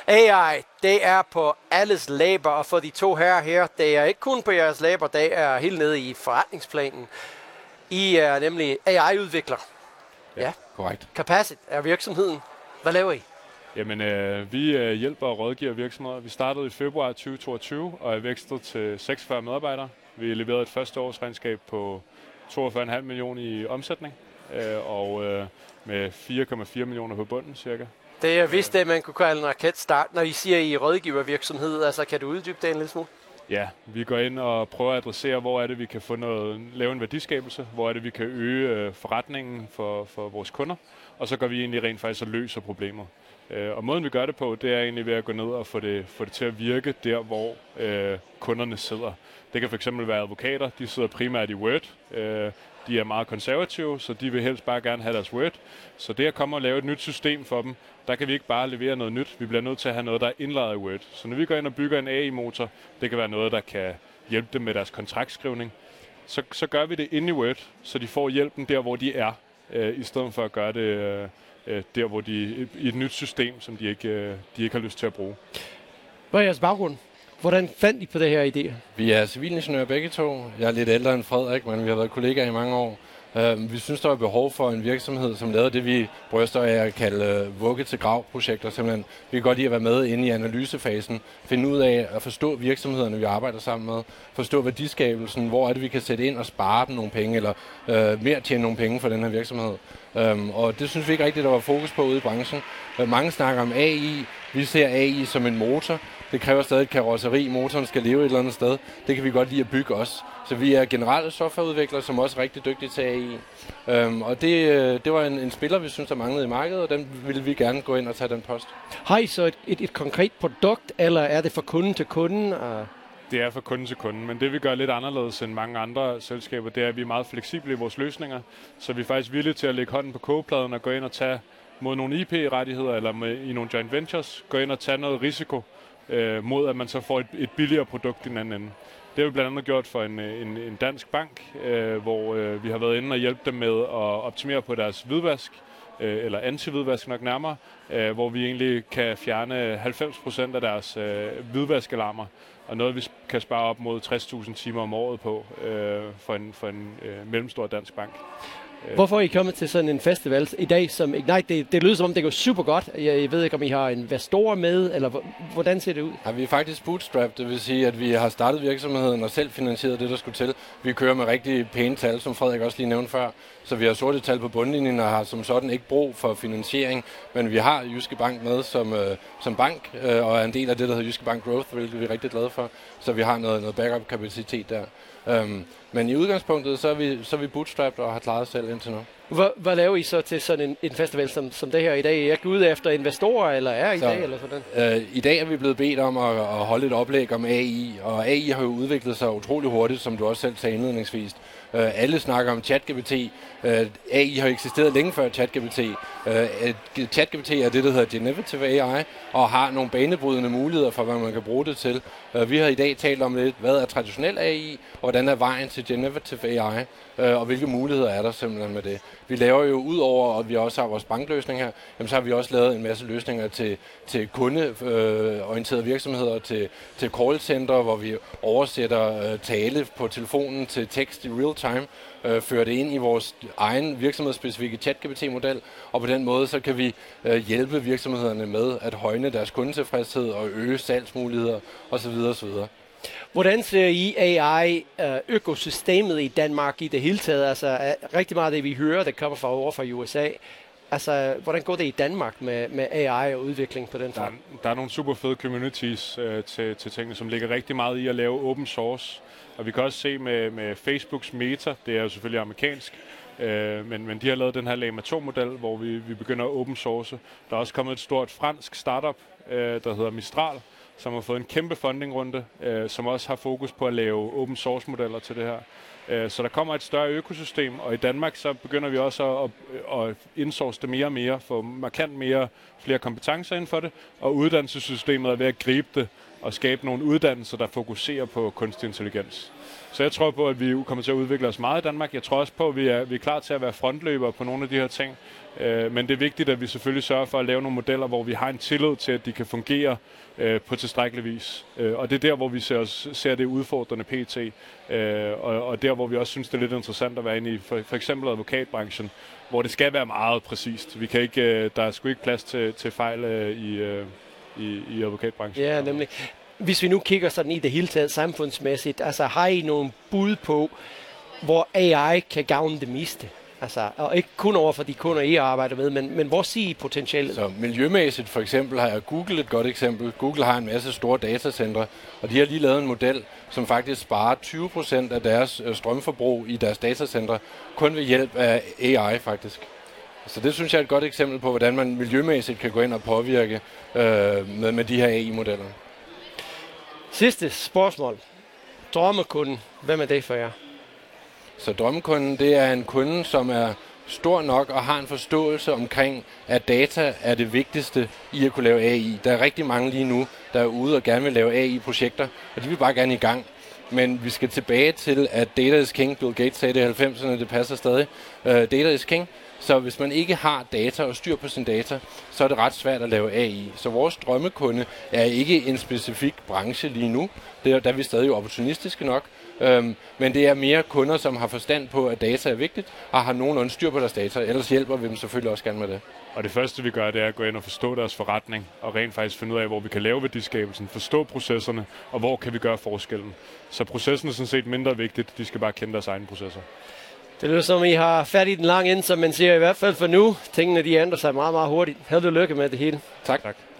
AI, det er på alles læber, og for de to herrer her, det er ikke kun på jeres læber, det er helt nede i forretningsplanen. I er nemlig AI-udvikler. Ja, korrekt. Capacit er virksomheden. Hvad laver I? Jamen, vi hjælper og rådgiver virksomheder. Vi startede i februar 2022 og er vækstet til 46 medarbejdere. Vi leverede et første årsregnskab på 42,5 millioner i omsætning, og med 4,4 millioner på bunden cirka. Det er vist det, man kunne kalde en raketstart, når I siger, I rådgiver virksomhed. Altså, kan du uddybe det en lille smule? Ja, vi går ind og prøver at adressere, hvor er det, vi kan få lave en værdiskabelse, hvor er det, vi kan øge forretningen for vores kunder, og så går vi egentlig rent faktisk og løser problemet. Og måden vi gør det på, det er egentlig ved at gå ned og få det til at virke der, hvor kunderne sidder. Det kan fx være advokater, de sidder primært i Word. De er meget konservative, så de vil helst bare gerne have deres Word. Så det at komme og lave et nyt system for dem, der kan vi ikke bare levere noget nyt. Vi bliver nødt til at have noget, der er indlejret i Word. Så når vi går ind og bygger en AI-motor, det kan være noget, der kan hjælpe dem med deres kontraktskrivning, så gør vi det inde i Word, så de får hjælpen der, hvor de er, i stedet for at gøre det der, hvor de i et nyt system, som de ikke har lyst til at bruge. Hvad er jeres baggrund? Hvordan fandt I på det her idé? Vi er civilingeniører begge to. Jeg er lidt ældre end Frederik, men vi har været kollegaer i mange år. Vi synes, der er behov for en virksomhed, som lavede det, vi bryster af at kalde vugge til grav-projekter. Simpelthen, vi kan godt lide at være med inde i analysefasen, finde ud af at forstå virksomhederne, vi arbejder sammen med, forstå værdiskabelsen, hvor er det, vi kan sætte ind og spare dem nogle penge, eller mere tjene nogle penge for den her virksomhed. Og det synes vi ikke rigtigt, der var fokus på ude i branchen. Mange snakker om AI. Vi ser AI som en motor. Det kræver stadig et karosseri. Motoren skal leve et eller andet sted. Det kan vi godt lide at bygge også. Så vi er generelle softwareudviklere, som også er rigtig dygtige til AI. Og det var en spiller, vi synes, der manglede i markedet, og den ville vi gerne gå ind og tage den post. Har I så et konkret produkt, eller er det fra kunden til kunden? Det er fra kunden til kunden, men det vi gør lidt anderledes end mange andre selskaber, det er, at vi er meget fleksible i vores løsninger, så vi er faktisk villige til at lægge hånden på kogepladen og gå ind og tage mod nogle IP-rettigheder eller i nogle joint ventures, gå ind og tage noget risiko mod, at man så får et billigere produkt i den anden ende. Det har vi blandt andet gjort for en dansk bank, hvor vi har været inde og hjælpe dem med at optimere på deres hvidvask, eller anti-hvidvask nok nærmere, hvor vi egentlig kan fjerne 90% af deres hvidvaskalarmer, og noget, vi kan spare op mod 60.000 timer om året på for en mellemstor dansk bank. Hvorfor er I kommet til sådan en festival i dag som Ignite? Det lyder som om, det går super godt. Jeg ved ikke, om I har investorer med, eller hvordan ser det ud? Ja, vi er faktisk bootstrapped, det vil sige, at vi har startet virksomheden og selv finansieret det, der skulle til. Vi kører med rigtig pæne tal, som Frederik også lige nævnte før. Så vi har sorte tal på bundlinjen og har som sådan ikke brug for finansiering. Men vi har Jyske Bank med som bank, og er en del af det, der hedder Jyske Bank Growth, hvilket vi er rigtig glade for. Så vi har noget backup-kapacitet der. Men i udgangspunktet, så er vi bootstrapped og har klaret os selv indtil nu. Hvad laver I så til sådan en festival som det her i dag? Er I ude efter investorer, eller er I dag, eller sådan? I dag er vi blevet bedt om at holde et oplæg om AI, og AI har jo udviklet sig utrolig hurtigt, som du også selv sagde indledningsvis. Alle snakker om ChatGPT. AI har eksisteret længe før ChatGPT. ChatGPT er det, der hedder Generative AI, og har nogle banebrydende muligheder for, hvad man kan bruge det til. Vi har i dag talt om lidt, hvad er traditionel AI, og hvordan er vejen til Generative AI, og hvilke muligheder er der simpelthen med det. Vi laver jo ud over, at vi også har vores bankløsning her, jamen, så har vi også lavet en masse løsninger til kundeorienterede virksomheder, til callcenter, hvor vi oversætter tale på telefonen til tekst i real time, fører det ind i vores egen virksomhedsspecifikke ChatGPT-model, og på den måde så kan vi hjælpe virksomhederne med at højne deres kundetilfredshed og øge salgsmuligheder osv. osv. Hvordan ser I AI-økosystemet i Danmark i det hele taget? Altså rigtig meget af det, vi hører, det kommer fra USA. Altså, hvordan går det i Danmark med AI og udvikling på den front? Der er nogle super fede communities til tingene, som ligger rigtig meget i at lave open source. Og vi kan også se med Facebooks Meta, det er jo selvfølgelig amerikansk, men de har lavet den her Llama 2-model, hvor vi begynder at open source. Der er også kommet et stort fransk startup, der hedder Mistral, som har fået en kæmpe fundingrunde, som også har fokus på at lave open source modeller til det her. Så der kommer et større økosystem, og i Danmark så begynder vi også at insource det mere og mere, få markant flere kompetencer inden for det, og uddannelsessystemet er ved at gribe det at skabe nogle uddannelser, der fokuserer på kunstig intelligens. Så jeg tror på, at vi kommer til at udvikle os meget i Danmark. Jeg tror også på, at vi er klar til at være frontløbere på nogle af de her ting. Men det er vigtigt, at vi selvfølgelig sørger for at lave nogle modeller, hvor vi har en tillid til, at de kan fungere på tilstrækkelig vis. Og det er der, hvor vi ser det udfordrende PT. Og der, hvor vi også synes, det er lidt interessant at være inde i for eksempel advokatbranchen, hvor det skal være meget præcist. Vi kan ikke, der er sgu ikke plads til fejl i advokatbranchen. Ja, nemlig. Hvis vi nu kigger sådan i det hele taget samfundsmæssigt, altså har I nogle bud på, hvor AI kan gavne det meste? Altså, og ikke kun over for de kunder, I arbejder med, men hvor siger I potentielt? Så miljømæssigt for eksempel har Google et godt eksempel. Google har en masse store datacentre, og de har lige lavet en model, som faktisk sparer 20% af deres strømforbrug i deres datacentre, kun ved hjælp af AI faktisk. Så det synes jeg er et godt eksempel på, hvordan man miljømæssigt kan gå ind og påvirke med de her AI-modeller. Sidste spørgsmål. Drømmekunden, hvem er det for jer? Så drømmekunden, det er en kunde, som er stor nok og har en forståelse omkring, at data er det vigtigste i at kunne lave AI. Der er rigtig mange lige nu, der er ude og gerne vil lave AI-projekter, og de vil bare gerne i gang. Men vi skal tilbage til, at data is king. Bill Gates sagde det i 90'erne, det passer stadig. Data is king. Så hvis man ikke har data og styr på sin data, så er det ret svært at lave AI. Så vores drømmekunde er ikke en specifik branche lige nu. Der er vi stadig opportunistiske nok. Men det er mere kunder, som har forstand på, at data er vigtigt, og har nogenlunde styr på deres data. Ellers hjælper vi dem selvfølgelig også gerne med det. Og det første, vi gør, det er at gå ind og forstå deres forretning, og rent faktisk finde ud af, hvor vi kan lave værdiskabelsen, forstå processerne, og hvor kan vi gøre forskellen. Så processen er sådan set mindre vigtigt, de skal bare kende deres egne processer. Det lyder som, I har fat i den lange ende, som man siger i hvert fald for nu. Tingene de ændrer sig meget, meget hurtigt. Held og lykke med det hele. Tak.